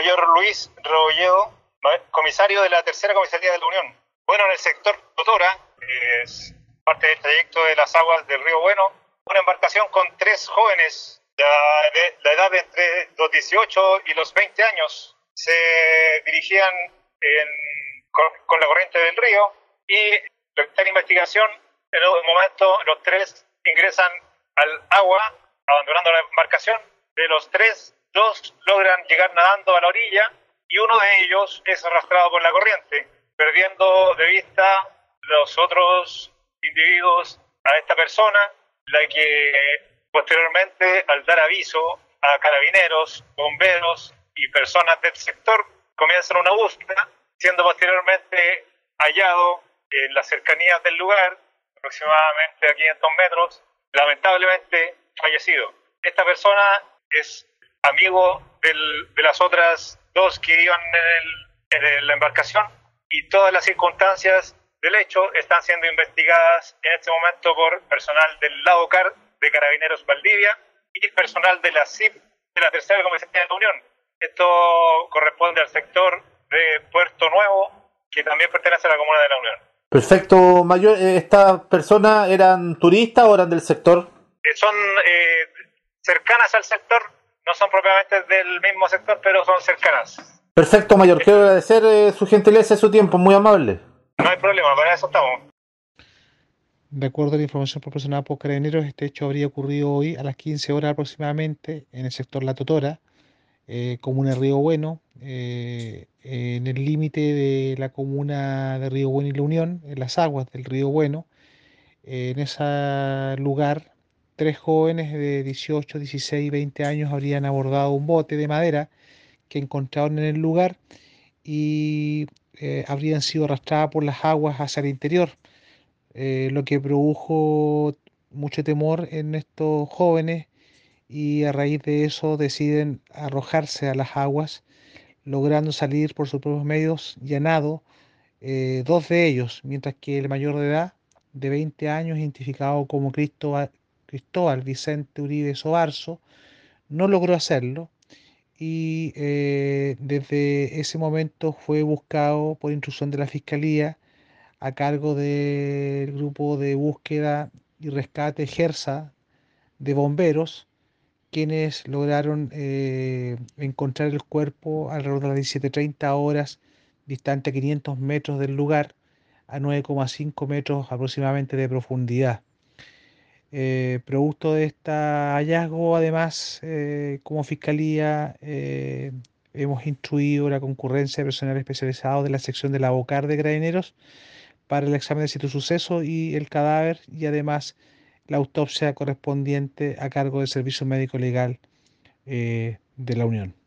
Mayor Luis Rebolledo, comisario de la Tercera Comisaría de la Unión. Bueno, en el sector Totora, es parte del trayecto de las aguas del Río Bueno, una embarcación con 3 jóvenes, la edad de entre los 18 y los 20 años, se dirigían con la corriente del río y lo que está en investigación, en un momento los 3 ingresan al agua, abandonando la embarcación. De los 3, 2 logran llegar nadando a la orilla y uno de ellos es arrastrado por la corriente, perdiendo de vista los otros individuos a esta persona, la que posteriormente, al dar aviso a carabineros, bomberos y personas del sector, comienzan una búsqueda, siendo posteriormente hallado en las cercanías del lugar, aproximadamente a 500 metros, lamentablemente fallecido. Esta persona es amigo de las otras 2 que iban en la embarcación, y todas las circunstancias del hecho están siendo investigadas en este momento por personal del LADOCAR de Carabineros Valdivia y personal de la CIP de la Tercera Comisaría de la Unión. Esto corresponde al sector de Puerto Nuevo, que también pertenece a la Comuna de la Unión. Perfecto, Mayor. ¿Estas personas eran turistas o eran del sector? Son cercanas al sector, no son propiamente del mismo sector, pero son cercanas. Perfecto, Mayor. Quiero agradecer su gentileza y su tiempo, muy amable. No hay problema, para eso estamos. De acuerdo a la información proporcionada por Carabineros, este hecho habría ocurrido hoy a las 15 horas aproximadamente en el sector La Totora, comuna de Río Bueno, en el límite de la comuna de Río Bueno y La Unión, en las aguas del Río Bueno. En ese lugar, 3 jóvenes de 18, 16 y 20 años habrían abordado un bote de madera que encontraron en el lugar y habrían sido arrastradas por las aguas hacia el interior, lo que produjo mucho temor en estos jóvenes, y a raíz de eso deciden arrojarse a las aguas, logrando salir por sus propios medios y a nado, 2 de ellos, mientras que el mayor de edad, de 20 años, identificado como Cristóbal Vicente Uribe Sobarzo, no logró hacerlo, y desde ese momento fue buscado por instrucción de la Fiscalía a cargo del grupo de búsqueda y rescate GERSA de bomberos, quienes lograron encontrar el cuerpo alrededor de las 17:30 horas, distante a 500 metros del lugar, a 9,5 metros aproximadamente de profundidad. Producto de este hallazgo, además, como Fiscalía, hemos instruido la concurrencia de personal especializado de la sección de la BOCAR de Carabineros para el examen del sitio suceso y el cadáver, y además la autopsia correspondiente a cargo del Servicio Médico Legal de la Unión.